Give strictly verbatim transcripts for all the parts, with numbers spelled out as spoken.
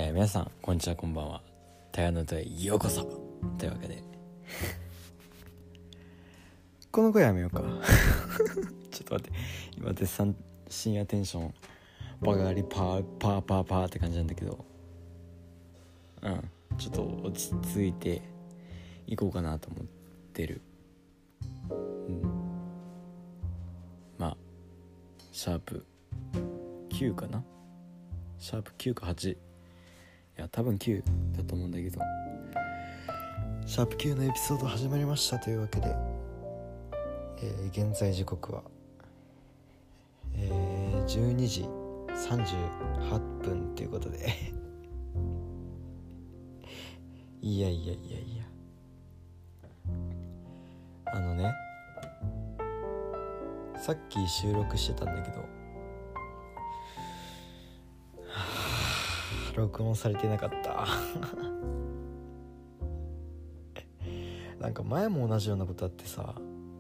えー、皆さんこんにちは、こんばんは。タヤのとへようこそというわけでこの声やめようかちょっと待って、今絶賛深夜テンションバカリパーパーパーパーって感じなんだけど、うんちょっと落ち着いていこうかなと思ってる。うんまあシャープきゅうかな、シャープきゅうかはち、いや多分きゅうだと思うんだけど、シャープきゅうのエピソード始まりましたというわけで、えー、現在時刻は、えー、じゅうにじさんじゅうはっぷんということでいやいやいやいやあのね、さっき収録してたんだけど録音されてなかったなんか前も同じようなことあってさ、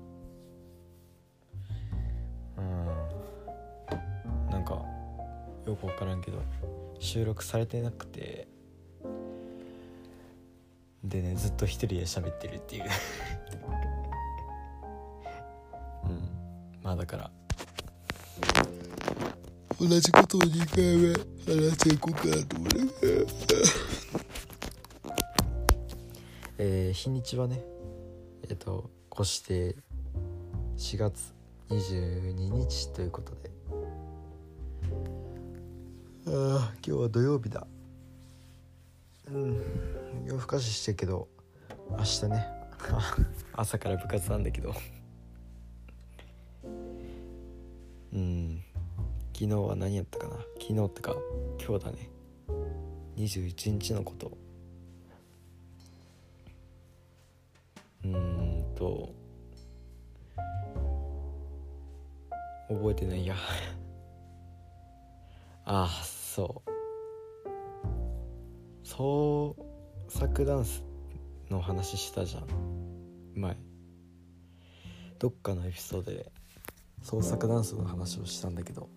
うんなんかよくわからんけど収録されてなくて、でねずっと一人で喋ってるっていううんまあだから同じことをにかいめ話していこうかなと思うえー、日にちはねえっと越してしがつにじゅうににちということで、あ今日は土曜日だ。うん夜更かししてるけど明日ね朝から部活なんだけどうん昨日は何やったかな、昨日ってか今日だね、にじゅういちにちのこと。うーんと覚えてないやああそう創作ダンスの話したじゃん前、どっかのエピソードで創作ダンスの話をしたんだけど、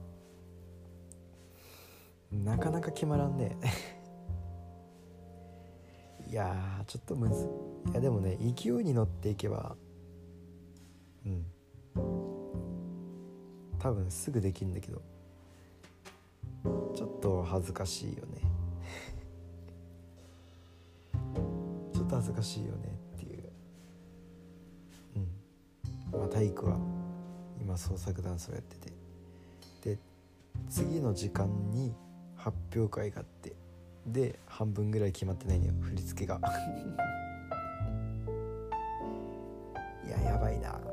なかなか決まらんねいやーちょっとむずいやでもね勢いに乗っていけばうん多分すぐできるんだけど、ちょっと恥ずかしいよねちょっと恥ずかしいよねっていう。うんまあ体育は今創作ダンスをやってて、で次の時間に発表会があって、で半分ぐらい決まってないのよ振り付けがいややばいな、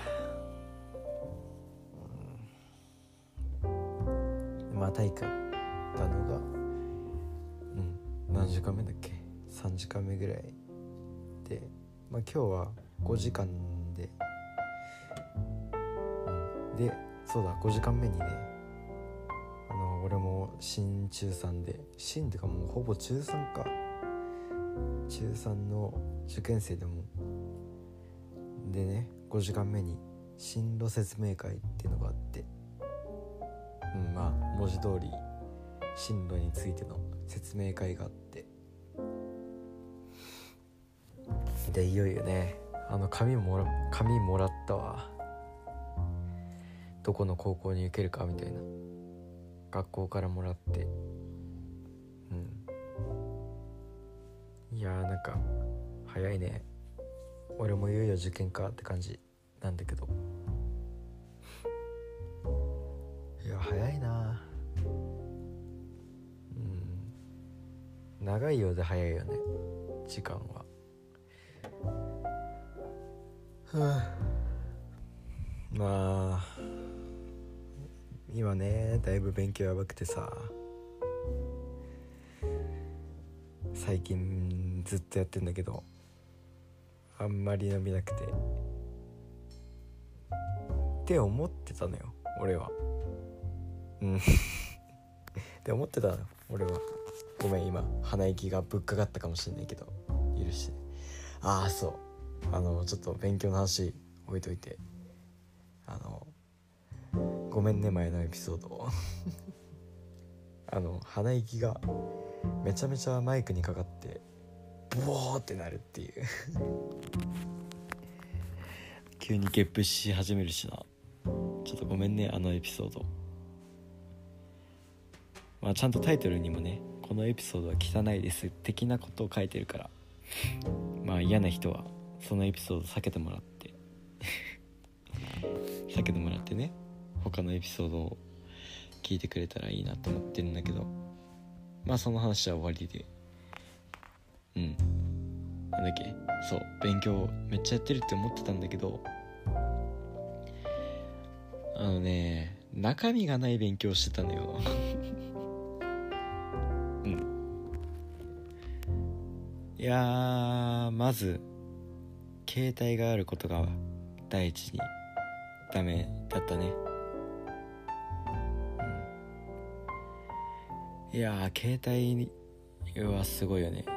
うん、まあ体育だったのがうん何時間目だっけ、さんじかんめぐらいで、まあ今日はごじかんで、うん、でそうだごじかんめにね、あの俺も新中さんで、新ってかもうほぼ中さんか、中さんの受験生でもでね、ごじかんめに進路説明会っていうのがあって、うんまあ文字通り進路についての説明会があって、でいよいよねあの紙もら紙もらったわ、どこの高校に受けるかみたいな、学校からもらって、うんいやーなんか早いね、俺もいよいよ受験かって感じなんだけど、いや早いな、うん長いようで早いよね時間は。はあ、まあ今ねだいぶ勉強やばくてさ、最近ずっとやってんだけどあんまり伸びなくてって思ってたのよ俺は、うんって思ってたの俺は。ごめん今鼻息がぶっかかったかもしれないけど許して。ああそうあのちょっと勉強の話置いといて、あのごめんね前のエピソードあの鼻息がめちゃめちゃマイクにかかってブワーってなるっていう急にゲップし始めるしな。ちょっとごめんね、あのエピソード。まあちゃんとタイトルにもね、このエピソードは汚いです的なことを書いてるから、まあ嫌な人はそのエピソード避けてもらって避けてもらってね、他のエピソードを聞いてくれたらいいなと思ってるんだけど、まあその話は終わりで、うんなんだっけ、そう勉強めっちゃやってるって思ってたんだけど、あのね中身がない勉強してたのようんいやーまず携帯があることが第一にダメだったね。いやー携帯はすごいよね。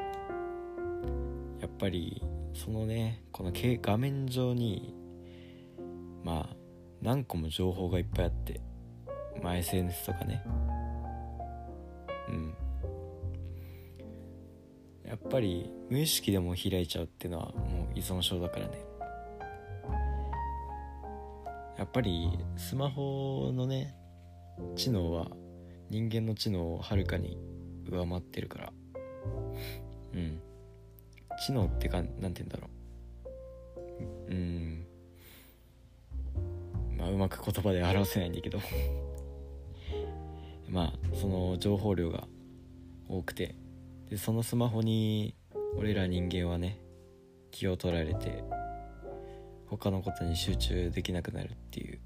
やっぱりそのねこの画面上にまあ何個も情報がいっぱいあって、まあ エスエヌエス とかね、うんやっぱり無意識でも開いちゃうっていうのはもう依存症だからね。やっぱりスマホのね知能は人間の知能をはるかに上回ってるから、うん知能ってかなんて言うんだろう、うんまあうまく言葉で表せないんだけどまあその情報量が多くて、でそのスマホに俺ら人間はね気を取られて他のことに集中できなくなるっていう、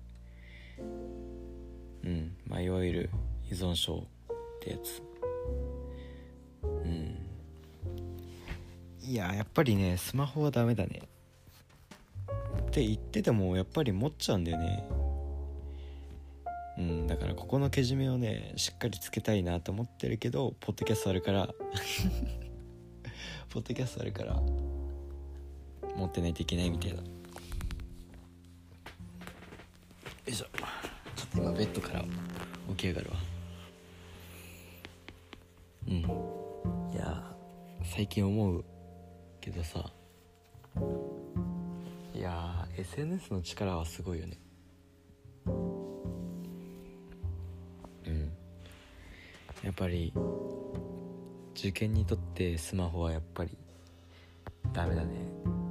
うんまあいわゆる依存症ってやつ。うんいややっぱりねスマホはダメだねって言っててもやっぱり持っちゃうんだよね。うんだからここのけじめをねしっかりつけたいなと思ってるけど、ポッドキャストあるからポッドキャストあるから持ってないといけないみたいだ。よいしょ、ちょっと今ベッドから起き上がるわ。うんいや最近思うけどさ、いや エスエヌエス の力はすごいよね。うんやっぱり受験にとってスマホはやっぱりダメだね。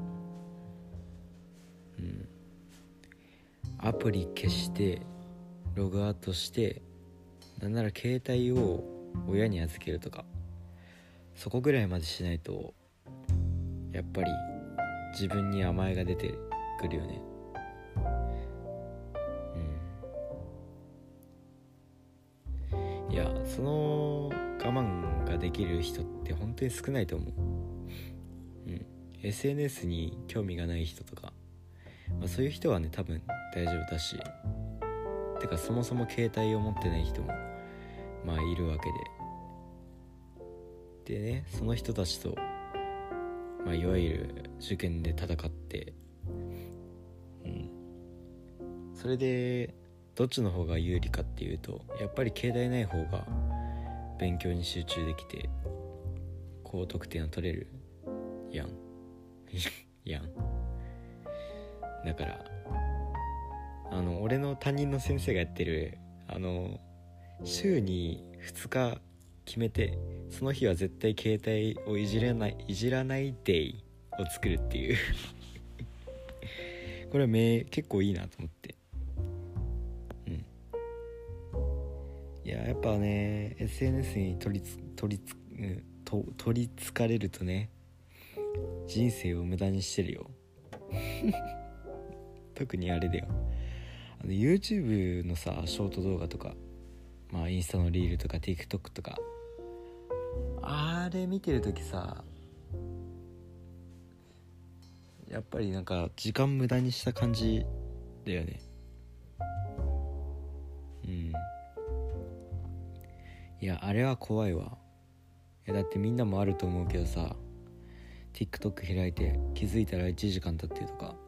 うんアプリ消してログアウトして、なんなら携帯を親に預けるとか、そこぐらいまでしないとやっぱり自分に甘えが出てくるよね。うんいやその我慢ができる人って本当に少ないと思う。うん エスエヌエス に興味がない人とか、まあ、そういう人はね多分大丈夫だし、てかそもそも携帯を持ってない人もまあいるわけで、でねその人たちと、まあ、いわゆる受験で戦って、うん、それでどっちの方が有利かっていうと、やっぱり携帯ない方が勉強に集中できて高得点を取れるやんやんだからあの俺の担任の先生がやってるあの週にふつか決めて、その日は絶対携帯をいじらないいじらないデイを作るっていうこれはめ結構いいなと思って、うんいややっぱね エスエヌエス に取りつ取りつ、うん、と取りつかれるとね人生を無駄にしてるよ特にあれだよ、あの YouTube のさショート動画とか、まあインスタのリールとか TikTok とか、あれ見てるときさ、やっぱりなんか時間無駄にした感じだよね。うんいやあれは怖いわ。いやだってみんなもあると思うけどさ、 TikTok 開いて気づいたらいちじかん経ってるとか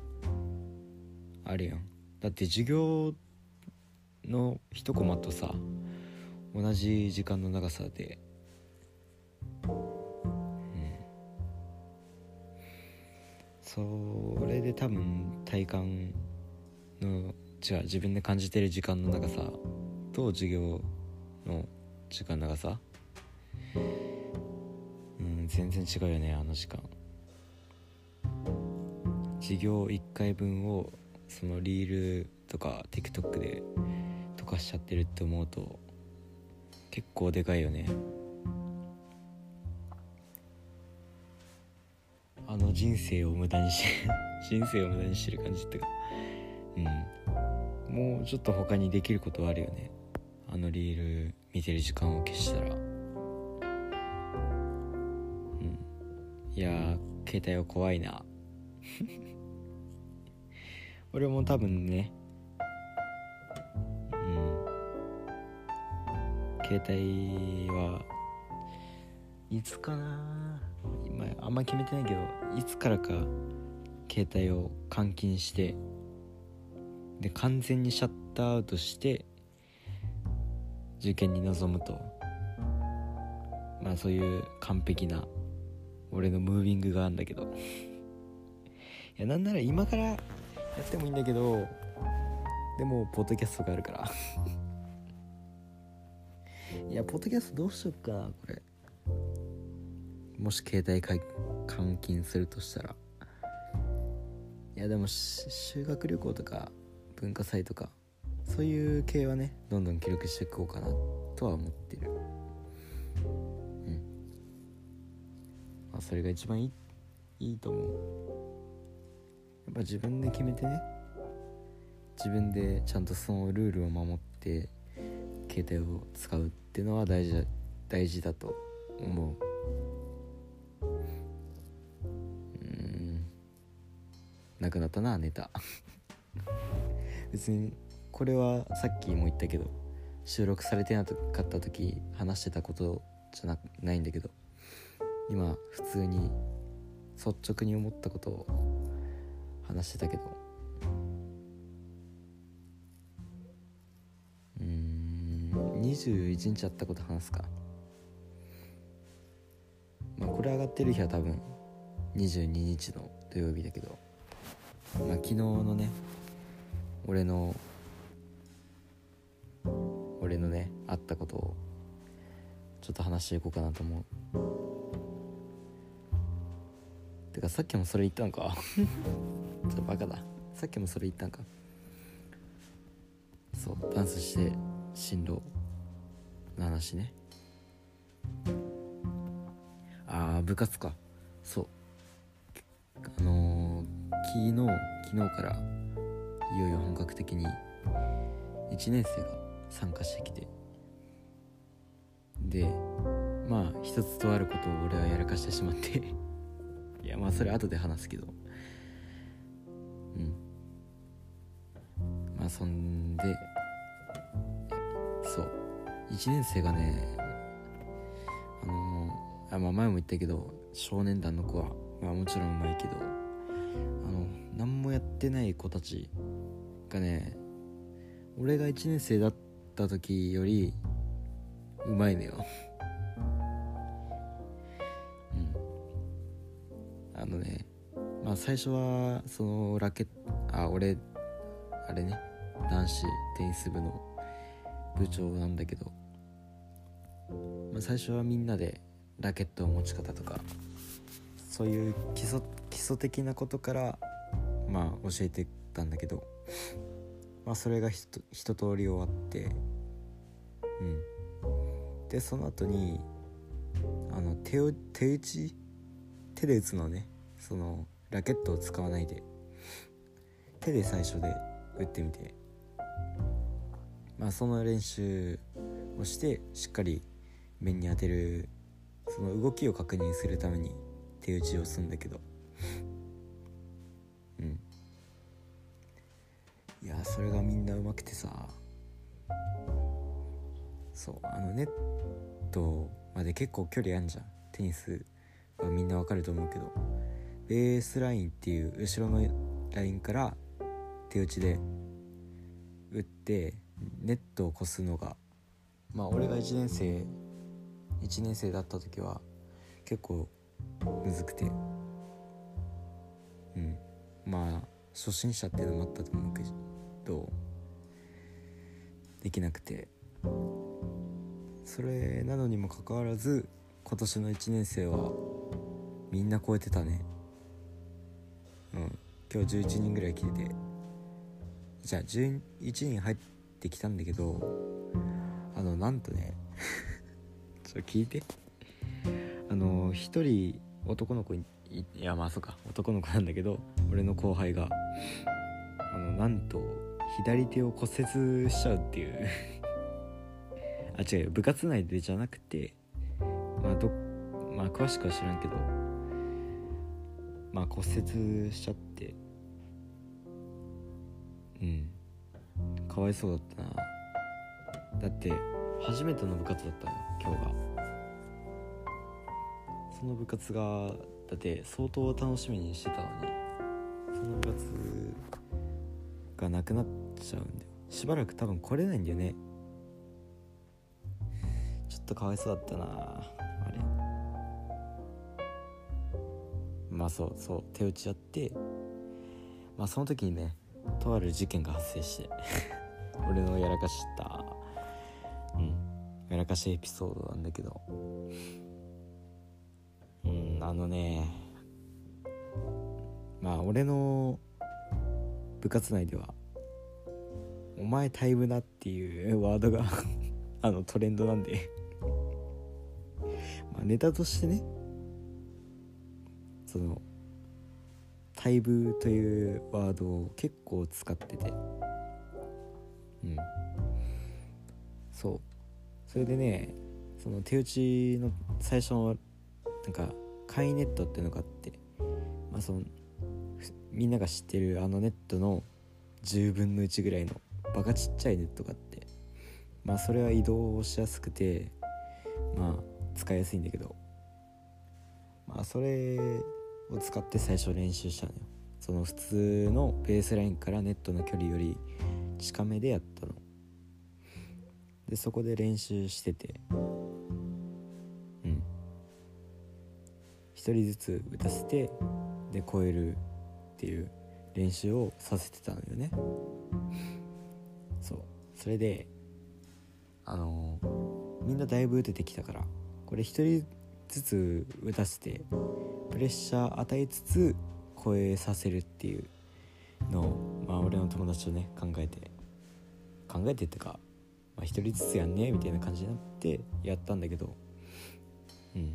あるやん。だって授業の一コマとさ同じ時間の長さで、うん、それで多分体感の違う自分で感じてる時間の長さと授業の時間の長さ、うん、全然違うよね。あの時間授業いっかいぶんをそのリールとか TikTok で溶かしちゃってるって思うと結構でかいよね。あの人生を無駄にし人生を無駄にしてる感じってか、うん、もうちょっと他にできることはあるよね。あのリール見てる時間を消したら、うん、いやー携帯は怖いな俺も多分ね、うん、携帯はいつかな、今あんま決めてないけど、いつからか携帯を換金してで完全にシャットアウトして受験に臨むと、まあそういう完璧な俺のムービングがあるんだけどいやなんなら今からやってもいいんだけど、でもポッドキャストがあるからいやポッドキャストどうしよっかな。これもし携帯換金するとしたら、いやでも修学旅行とか文化祭とかそういう系はねどんどん記録していこうかなとは思ってる。うん、まあそれが一番いい、いいと思う。やっぱ自分で決めてね、自分でちゃんとそのルールを守って携帯を使うっていうのは大事だ、大事だと思う。うーんなくなったなネタ別にこれはさっきも言ったけど収録されてなかった時話してたことじゃ な, ないんだけど、今普通に率直に思ったことを話してたけど、うーんにじゅういちにちあったこと話すか。まあこれ上がってる日は多分にじゅうににちの土曜日だけど、まあ昨日のね俺の俺のねあったことをちょっと話していこうかなと思う。てかさっきもそれ言ったんかちょっとバカだ、さっきもそれ言ったんか。そうダンスして進路の話ね。あー部活か。そうあのー、昨日昨日からいよいよ本格的にいちねん生が参加してきて、でまあ一つとあることを俺はやらかしてしまっていやまあそれ後で話すけど、うんまあそんでそういちねん生がね、あのー、あまあ前も言ったけど少年団の子はまあもちろんうまいけど、あの何もやってない子たちがね、俺がいちねん生だった時よりうまいのようんあのねまあ最初はそのラケットあ俺あれね男子テニス部の部長なんだけど、まあ、最初はみんなでラケットの持ち方とかそういう基礎基礎的なことからまあ教えてたんだけど、まあそれがひと一通り終わって、うんでその後にあの手を手打ち手で打つのね、そのラケットを使わないで手で最初で打ってみて、まあその練習をしてしっかり面に当てるその動きを確認するために手打ちをするんだけど、うんいやそれがみんな上手くてさ、そうあのネットまで結構距離あんじゃん。テニスはみんなわかると思うけど、ベースラインっていう後ろのラインから手打ちで打ってネットを越すのがまあ俺がいちねん生いちねん生だった時は結構むずくて、うんまあ初心者っていうのもあったと思うけどできなくて、それなのにもかかわらず今年のいちねん生はみんな超えてたね。うん今日じゅういちにんぐらい来てて、じゃあじゅういちにん入ってきたんだけど、あのなんとねちょっと聞いて、あの一人男の子いいやまあそうか男の子なんだけど、俺の後輩があのなんと左手を骨折しちゃうっていうあ違うよ部活内でじゃなくて、まあどまあ詳しくは知らんけど、まあ骨折しちゃって、うんかわいそうだったな。だって初めての部活だったのよ今日が。その部活がだって相当楽しみにしてたのに、その部活がなくなっちゃうんだよ。しばらく多分来れないんだよね。ちょっとかわいそうだったなあれ。まあそうそう手打ちやって、まあその時にねとある事件が発生して俺のやらかしたうんやらかしエピソードなんだけど、うんあのねまあ俺の部活内ではお前タイムなっていうワードがあのトレンドなんでまあネタとしてね、そのタイブというワードを結構使ってて、うんそうそれでね、その手打ちの最初のなんか簡易ネットっていうのがあって、まあそのみんなが知ってるあのネットのじゅうぶんのいちぐらいのバカちっちゃいネットがあって、まあそれは移動しやすくてまあ使いやすいんだけど、まあそれを使って最初練習したのよ。その普通のベースラインからネットの距離より近めでやったので、そこで練習してて、うん一人ずつ打たせてで超えるっていう練習をさせてたのよね。そうそれであのー、みんなだいぶ打ててきたから、これ一人ずつ打たせてプレッシャー与えつつ超えさせるっていうのを、まあ俺の友達とね考えて考えてってか、まあ、一人ずつやんねみたいな感じになってやったんだけど、うん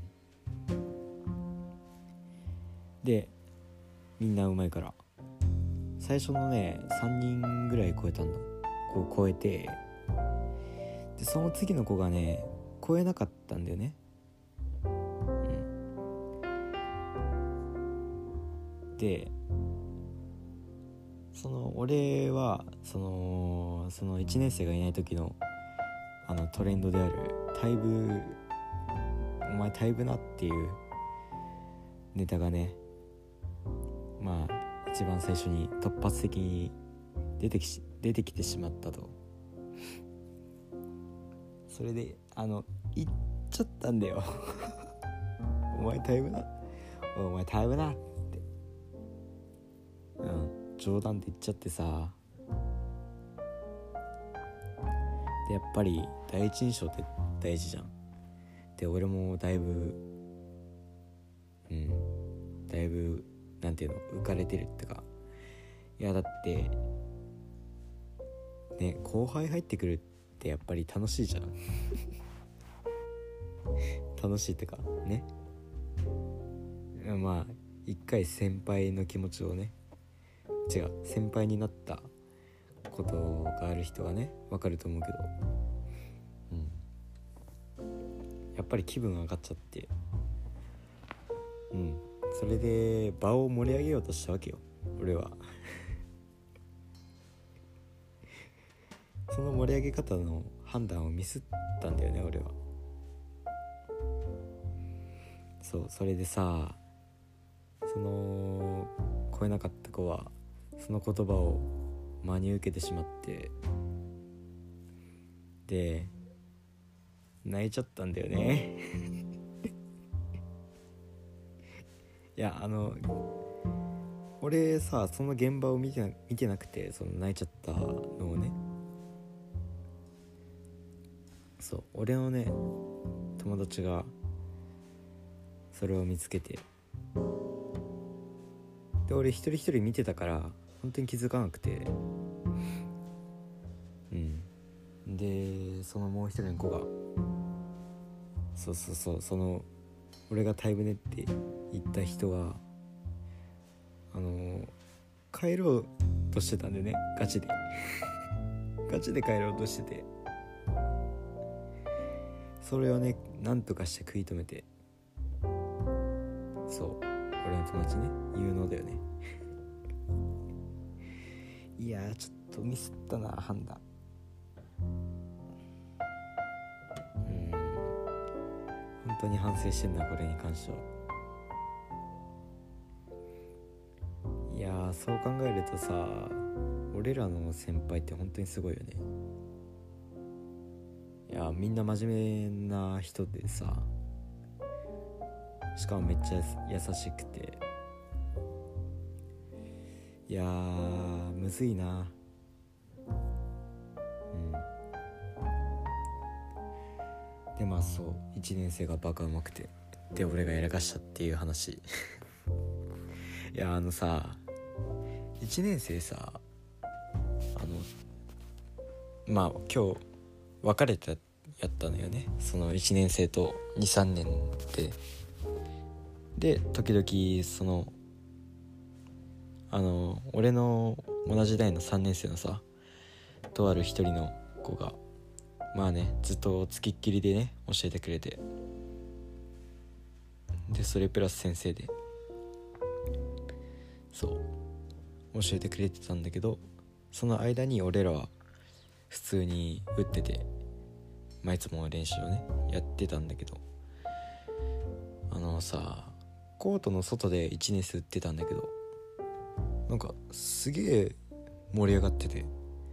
でみんなうまいから最初のねさんにんぐらい超えたんだ。こう超えて、でその次の子がね超えなかったんだよね。うんでその俺はそのそのいちねん生がいない時のあのトレンドであるタイブお前タイブなっていうネタがね、まあ一番最初に突発的に出てき出てきてしまったと。それであの言っちゃったんだよお前タイムなお前タイムなってうん冗談で言っちゃってさ。でやっぱり第一印象って大事じゃん。で俺もだいぶうんだいぶなんていうの浮かれてるってか、いやだってね後輩入ってくるってやっぱり楽しいじゃん楽しいってかね、まあ一回先輩の気持ちをね違う先輩になったことがある人はね分かると思うけど、うんやっぱり気分上がっちゃってうんそれで場を盛り上げようとしたわけよ俺はその盛り上げ方の判断をミスったんだよね俺は。そうそれでさ、その超えなかった子はその言葉を真に受けてしまって、で泣いちゃったんだよねいやあの俺さその現場を見てな、見てなくてその泣いちゃったのをね、そう俺のね友達がそれを見つけて、で俺一人一人見てたから本当に気づかなくて、うんでそのもう一人の子がそうそうそうその俺がタイムネって言った人があの帰ろうとしてたんでね、ガチでガチで帰ろうとしてて、それをねなんとかして食い止めて、そう俺の友達ね有能だよねいやーちょっとミスったな判断、うん本当に反省してんなこれに関しては。いやーそう考えるとさ俺らの先輩って本当にすごいよね。いやみんな真面目な人でさ、しかもめっちゃ優しくて、いやーむずいな。うんでまあそういちねん生がバカうまくて、で俺がやらかしたっていう話いやあのさいちねん生さあのまあ今日別れてやったのよね、そのいちねん生と に,さん 年でで時々そのあの俺の同じ代のさんねん生のさとある一人の子がまあねずっとつきっきりでね教えてくれて、でそれプラス先生でそう教えてくれてたんだけど、その間に俺らは普通に打ってて、まあいつも練習をねやってたんだけど、あのさコートの外でいちねん生打ってたんだけど、なんかすげえ盛り上がってて、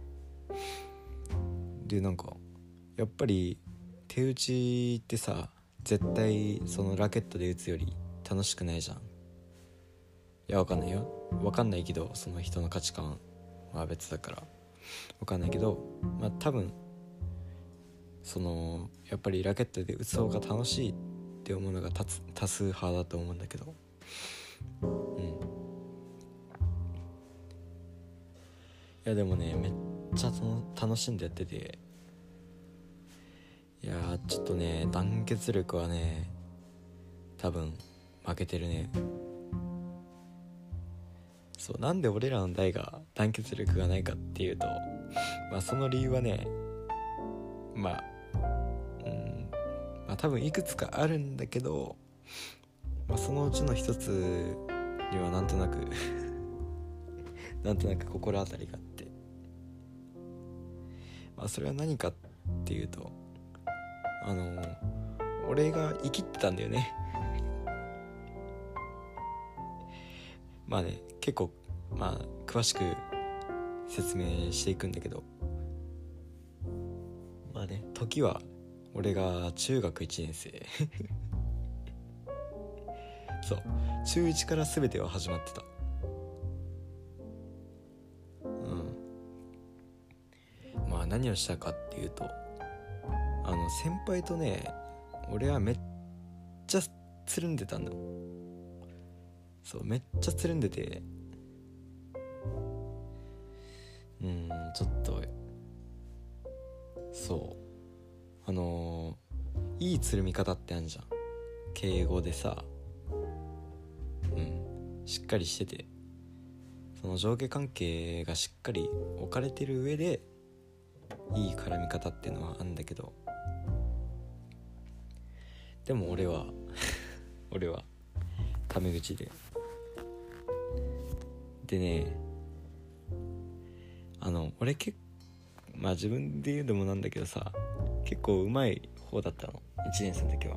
でなんかやっぱり手打ちってさ絶対そのラケットで打つより楽しくないじゃん。いやわかんないよわかんないけどその人の価値観は別だからわかんないけど、まあ多分そのやっぱりラケットで打つ方が楽しいって思うのが多多数派だと思うんだけど、うんいやでもねめっちゃその楽しんでやってて、いやーちょっとね団結力はね多分負けてるね。そうなんで俺らの代が団結力がないかっていうと、まあその理由はねまあうんまあ多分いくつかあるんだけど、まあ、そのうちの一つにはなんとなくなんとなく心当たりがあって、まあそれは何かっていうと、あの俺が生きってたんだよねまあね結構まあ詳しく説明していくんだけど、まあね時は俺が中学いちねん生そう中いちから全ては始まってた。うんまあ何をしたかっていうと、あの先輩とね俺はめっちゃつるんでたんだ。そうめっちゃつるんでて、うんちょっとそうあのー、いいつるみ方ってあるじゃん敬語でさ、うんしっかりしてて、その上下関係がしっかり置かれてる上でいい絡み方っていうのはあるんだけど、でも俺は俺はタメ口ででね、あの俺結まあ自分で言うのもなんだけどさ結構うまい方だったのいちねん生の時は。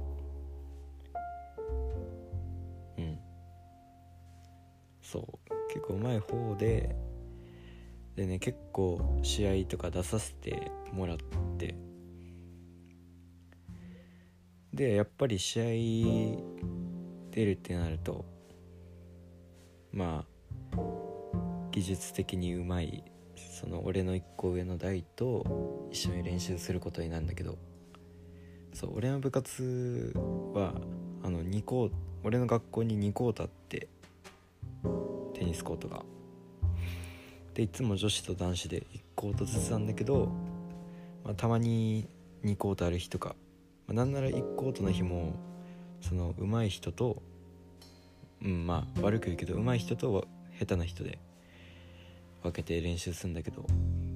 うんそう結構うまい方ででね結構試合とか出させてもらって、 でやっぱり試合出るってなるとまあ技術的にうまいその俺の一個上の代と一緒に練習することになるんだけど、そう俺の部活はあのにコー俺の学校ににコートあって、テニスコートがでいつも女子と男子でいちコートずつなんだけど、まあ、たまににコートある日とか、まあ、なんならいちコートの日もその上手い人とうんまあ悪く言うけど上手い人と下手な人で分けて練習するんだけど、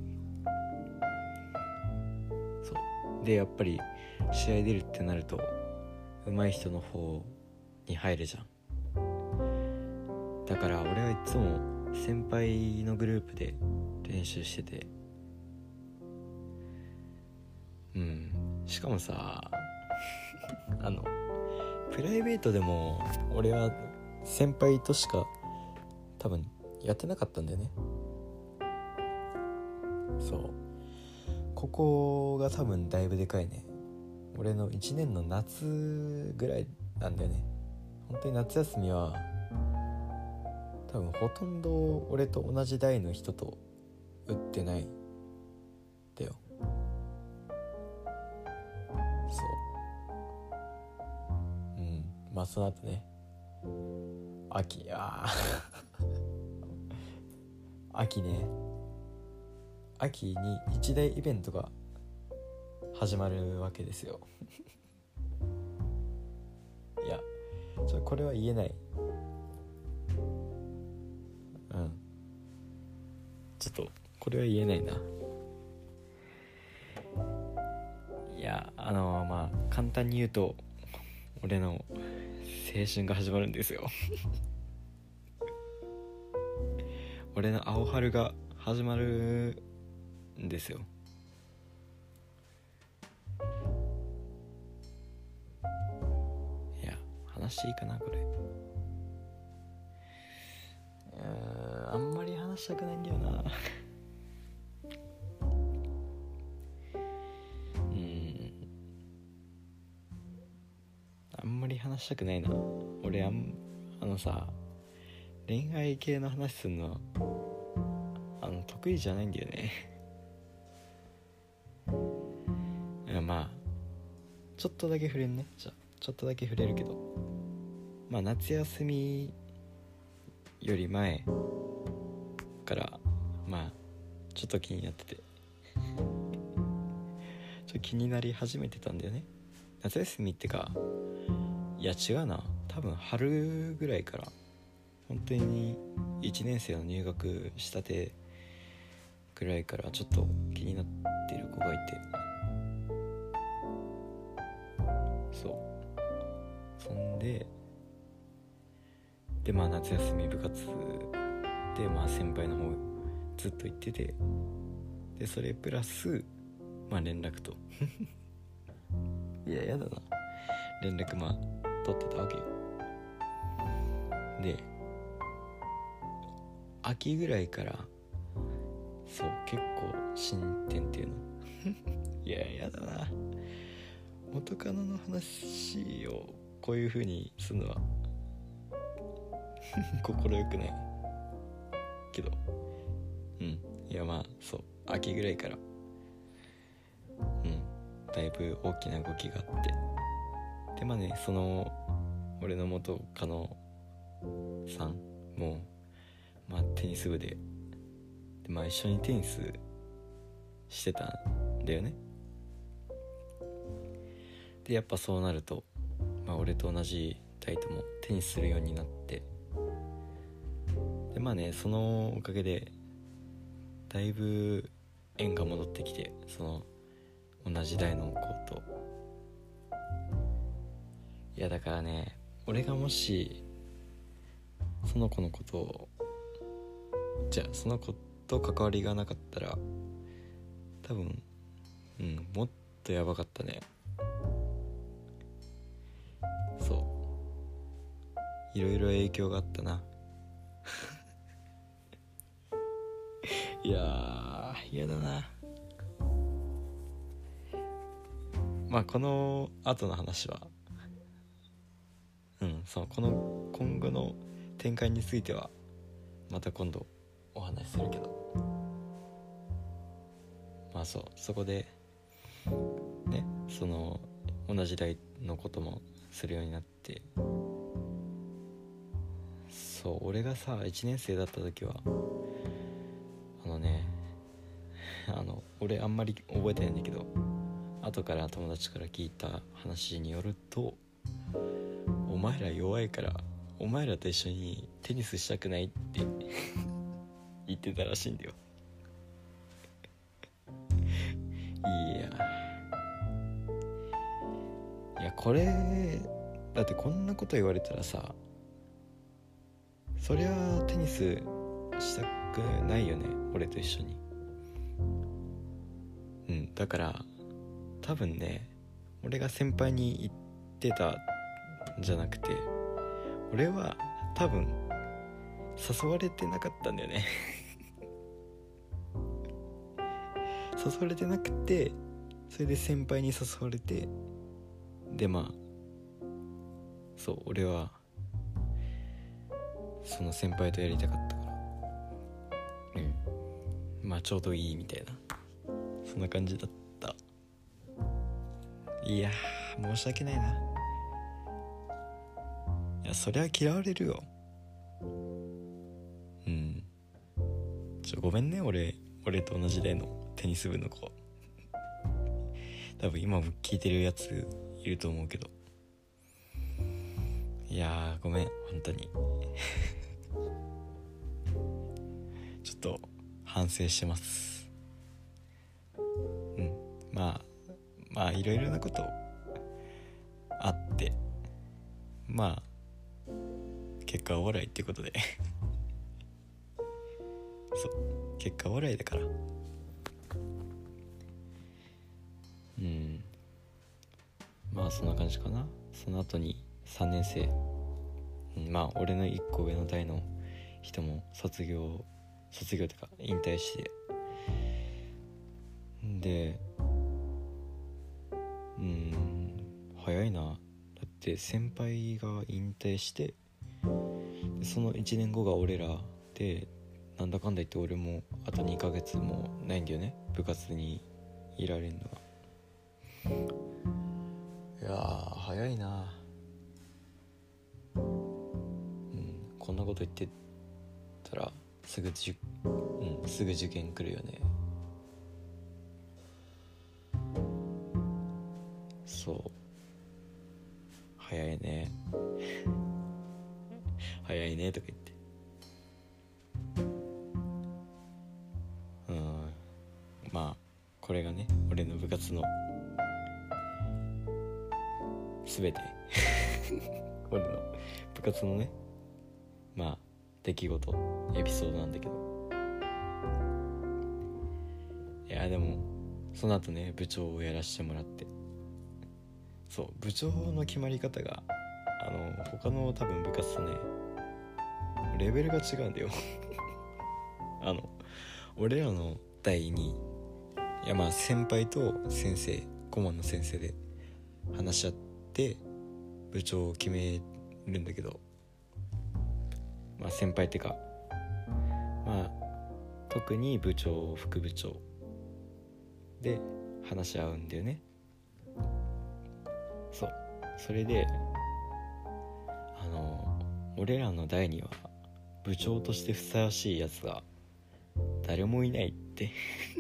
そうでやっぱり試合出るってなると上手い人の方に入るじゃん。だから俺はいつも先輩のグループで練習してて、うんしかもさあのプライベートでも俺は先輩としか多分やってなかったんだよね。そうここが多分だいぶでかいね。俺のいちねんの夏ぐらいなんだよね。本当に夏休みは多分ほとんど俺と同じ代の人と打ってないんだよ。そううんまあその後ね秋あ秋ね秋に一大イベントが始まるわけですよいやちょこれは言えない。うんちょっとこれは言えないな。いやあのまあ簡単に言うと俺の青春が始まるんですよ俺の青春が始まるんですよ。いや話していいかなこれ。うーんあんまり話したくないんだよなうんあんまり話したくないな俺。あんあのさ恋愛系の話するのあの得意じゃないんだよねいやまあちょっとだけ触れんね。じゃあちょっとだけ触れるけど、まあ夏休みより前からまあちょっと気になっててちょっと気になり始めてたんだよね。夏休みってかいや違うな多分春ぐらいから本当にいちねん生の入学したてぐらいからちょっと気になってる子がいて、そうそんででまあ夏休み部活でまあ先輩の方ずっと行ってて、でそれプラスまあ連絡といややだな連絡まあ取ってたわけよ。で秋ぐらいからそう結構進展っていうのいややだな元カノの話をこういう風にするのは心よくないけど、うんいやまあそう秋ぐらいからうんだいぶ大きな動きがあって、でまあねその俺の元カノさんもまあテニス部で、でまあ一緒にテニスしてたんだよね。でやっぱそうなると、まあ、俺と同じ代ともテニスするようになって、でまあねそのおかげでだいぶ縁が戻ってきて、その同じ代の子と。いやだからね俺がもしその子のことをじゃあその子と関わりがなかったら多分うんもっとやばかったね。そういろいろ影響があったないやー嫌だな。 まあこの後の話はうんそうこの今後の展開についてはまた今度お話しするけど、まあそうそこでねその同じ代のこともするようになって、そう俺がさいちねん生だった時はあのねあの俺あんまり覚えてないんだけど、後から友達から聞いた話によると、お前ら弱いからお前らと一緒にテニスしたくないって言ってたらしいんだよ。いやいやこれだってこんなこと言われたらさ、そりゃテニスしたくないよね俺と一緒に。うんだから多分ね俺が先輩に言ってたんじゃなくて、俺は多分誘われてなかったんだよね誘われてなくて、それで先輩に誘われて、でまあそう俺はその先輩とやりたかったから、うんまあちょうどいいみたいなそんな感じだった。いや申し訳ないな。いやそりゃ嫌われるよ。うんちょごめんね俺俺と同じ代のテニス部の子多分今も聞いてるやついると思うけど、いやーごめん本当にちょっと反省してます。うんまあまあいろいろなことあって、まあ結果オーライってことでそう結果オーライだから、うんまあそんな感じかな。その後にさんねん生、うん、まあ俺のいっこ上の代の人も卒業卒業ってか引退して、でうん早いな。だって先輩が引退してそのいちねんごが俺らで、なんだかんだ言って俺もあとにかげつもないんだよね部活にいられるのが。いやー早いな。うんこんなこと言ってたらすぐじゅ、うん、すぐ受験来るよね。そう早いね早いねとか言って、うんまあこれがね俺の部活の全て俺の部活のねまあ出来事エピソードなんだけど、いやでもその後ね部長をやらせてもらって、そう部長の決まり方があの他の多分部活とねレベルが違うんだよあの俺らの代にいやまあ先輩と先生顧問の先生で話し合って部長を決めるんだけど、まあ先輩ってかまあ特に部長副部長で話し合うんだよね。そうそれであの俺らの代には部長としてふさわしいやつが誰もいないって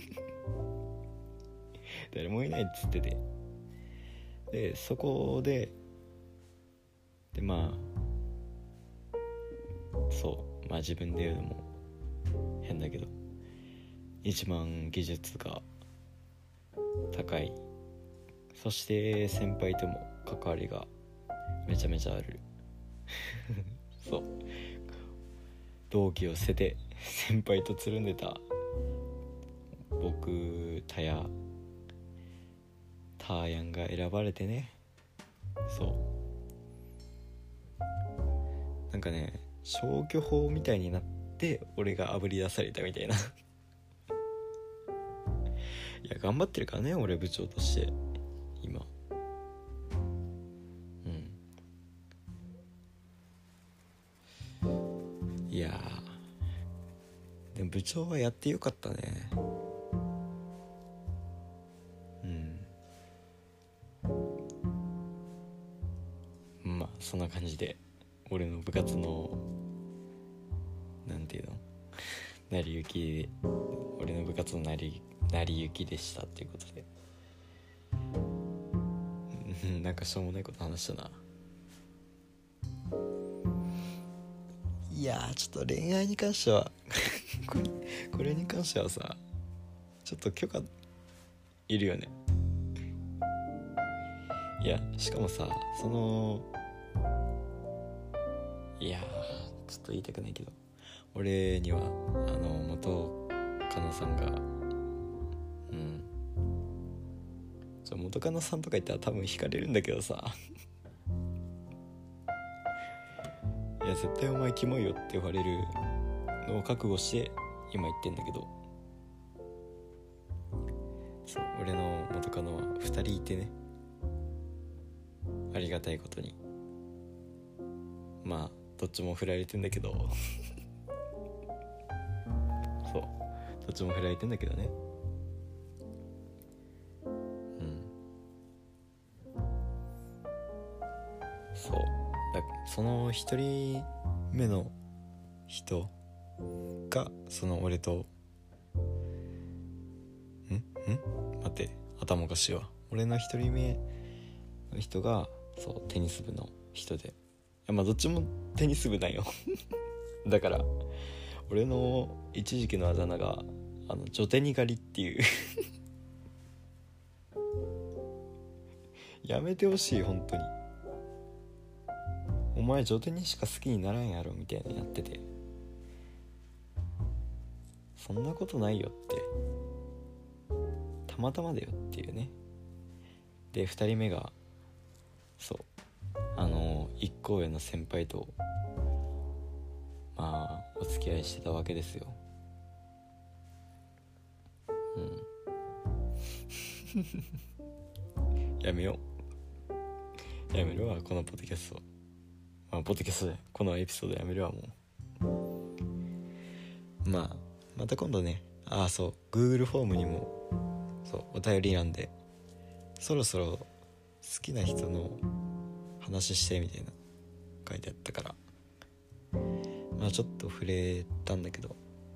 誰もいないっつってて、でそこででまあそうまあ自分で言うのも変だけど一番技術が高い、そして先輩とも関わりがめちゃめちゃあるそう同期を捨てて先輩とつるんでた僕タヤターヤンが選ばれてね、そうなんかね消去法みたいになって俺があぶり出されたみたいないや頑張ってるからね俺部長として今部長はやってよかったね。うんまあそんな感じで俺の部活のなんていうの成り行き俺の部活の成り成り行きでしたっていうことでなんかしょうもないこと話したな。いやーちょっと恋愛に関してはこれ、これに関してはさちょっと許可いるよね。いやしかもさそのいやーちょっと言いたくないけど俺にはあの元カノさんがうんちょ元カノさんとか言ったら多分惹かれるんだけどさいや絶対お前キモいよって言われるのを覚悟して今言ってんだけど、そう俺の元カノはふたりいてね、ありがたいことにまあどっちも振られてんだけどそうどっちも振られてんだけどね。うんそうだその一人目の人がその俺とんん待って頭おかしいわ。俺の一人目の人がそうテニス部の人で、いやまあどっちもテニス部なんよだから俺の一時期のあだ名があのジョテニ狩りっていうやめてほしい本当に。お前ジョテニしか好きにならんやろみたいなやってて、そんなことないよってたまたまだよっていうね。でふたりめがそうあの一個上の先輩とまあお付き合いしてたわけですよ。うんやめようやめるわこのポッドキャスト、まあポッドキャストでこのエピソードやめるわもう。まあまた今度ね、ああそう Google フォームにもそうお便り欄でそろそろ好きな人の話してみたいな書いてあったから、まあちょっと触れたんだけど、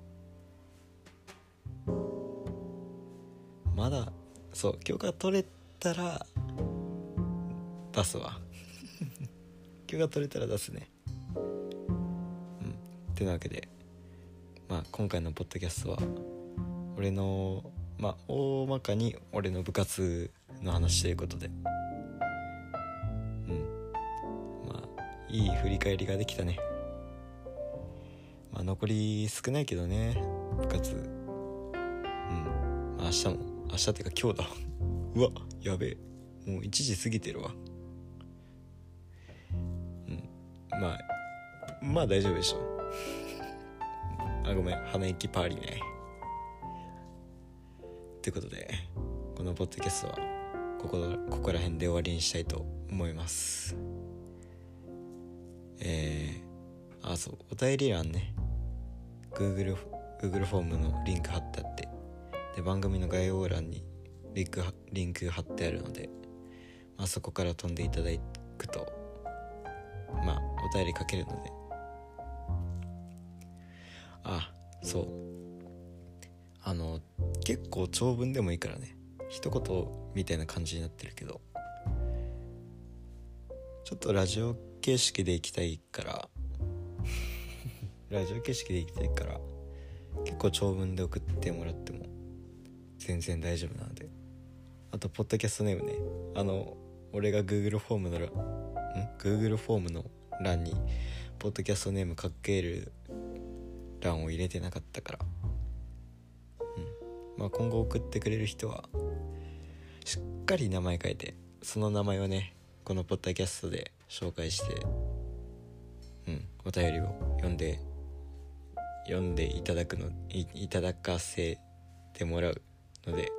まだそう許可取れたら出すわ許可取れたら出すね。うんってなわけでまあ今回のポッドキャストは俺のまあ大まかに俺の部活の話ということで、うんまあいい振り返りができたね。まあ残り少ないけどね部活、うんまあ明日も明日ってか今日だうわやべえもういちじ過ぎてるわ。うんまあまあ大丈夫でしょあごめん鼻息パーリーね。ということでこのポッドキャストはここここら辺で終わりにしたいと思います。えー、あそうお便り欄ね Google, Google フォームのリンク貼ってあって、で番組の概要欄にリンクリンク貼ってあるので、まあ、そこから飛んでいただくとまあお便り書けるので、あそうあの結構長文でもいいからね一言みたいな感じになってるけどちょっとラジオ形式でいきたいからラジオ形式でいきたいから結構長文で送ってもらっても全然大丈夫なので、あとポッドキャストネームね、あの俺が Google フォームのん Google フォームの欄にポッドキャストネームかける欄を入れてなかったから、うんまあ、今後送ってくれる人はしっかり名前書いてその名前をねこのポッドキャストで紹介して、うん、お便りを読んで読んでいただくの い, いただかせてもらうので、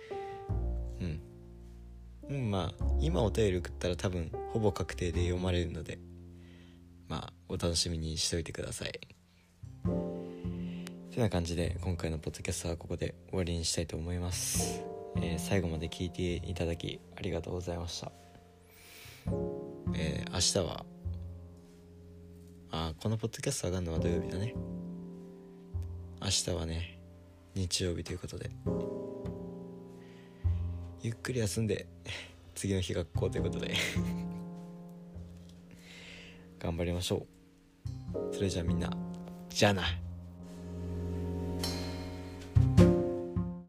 うん、うん、まあ今お便り送ったら多分ほぼ確定で読まれるので、まあお楽しみにしておいてください。 てな感じで今回のポッドキャストはここで終わりにしたいと思います。えー、最後まで聞いていただきありがとうございました。えー、明日はあこのポッドキャスト上がるのは土曜日だね。明日はね日曜日ということでゆっくり休んで次の日学校ということで頑張りましょう。それじゃあみんなじゃあな。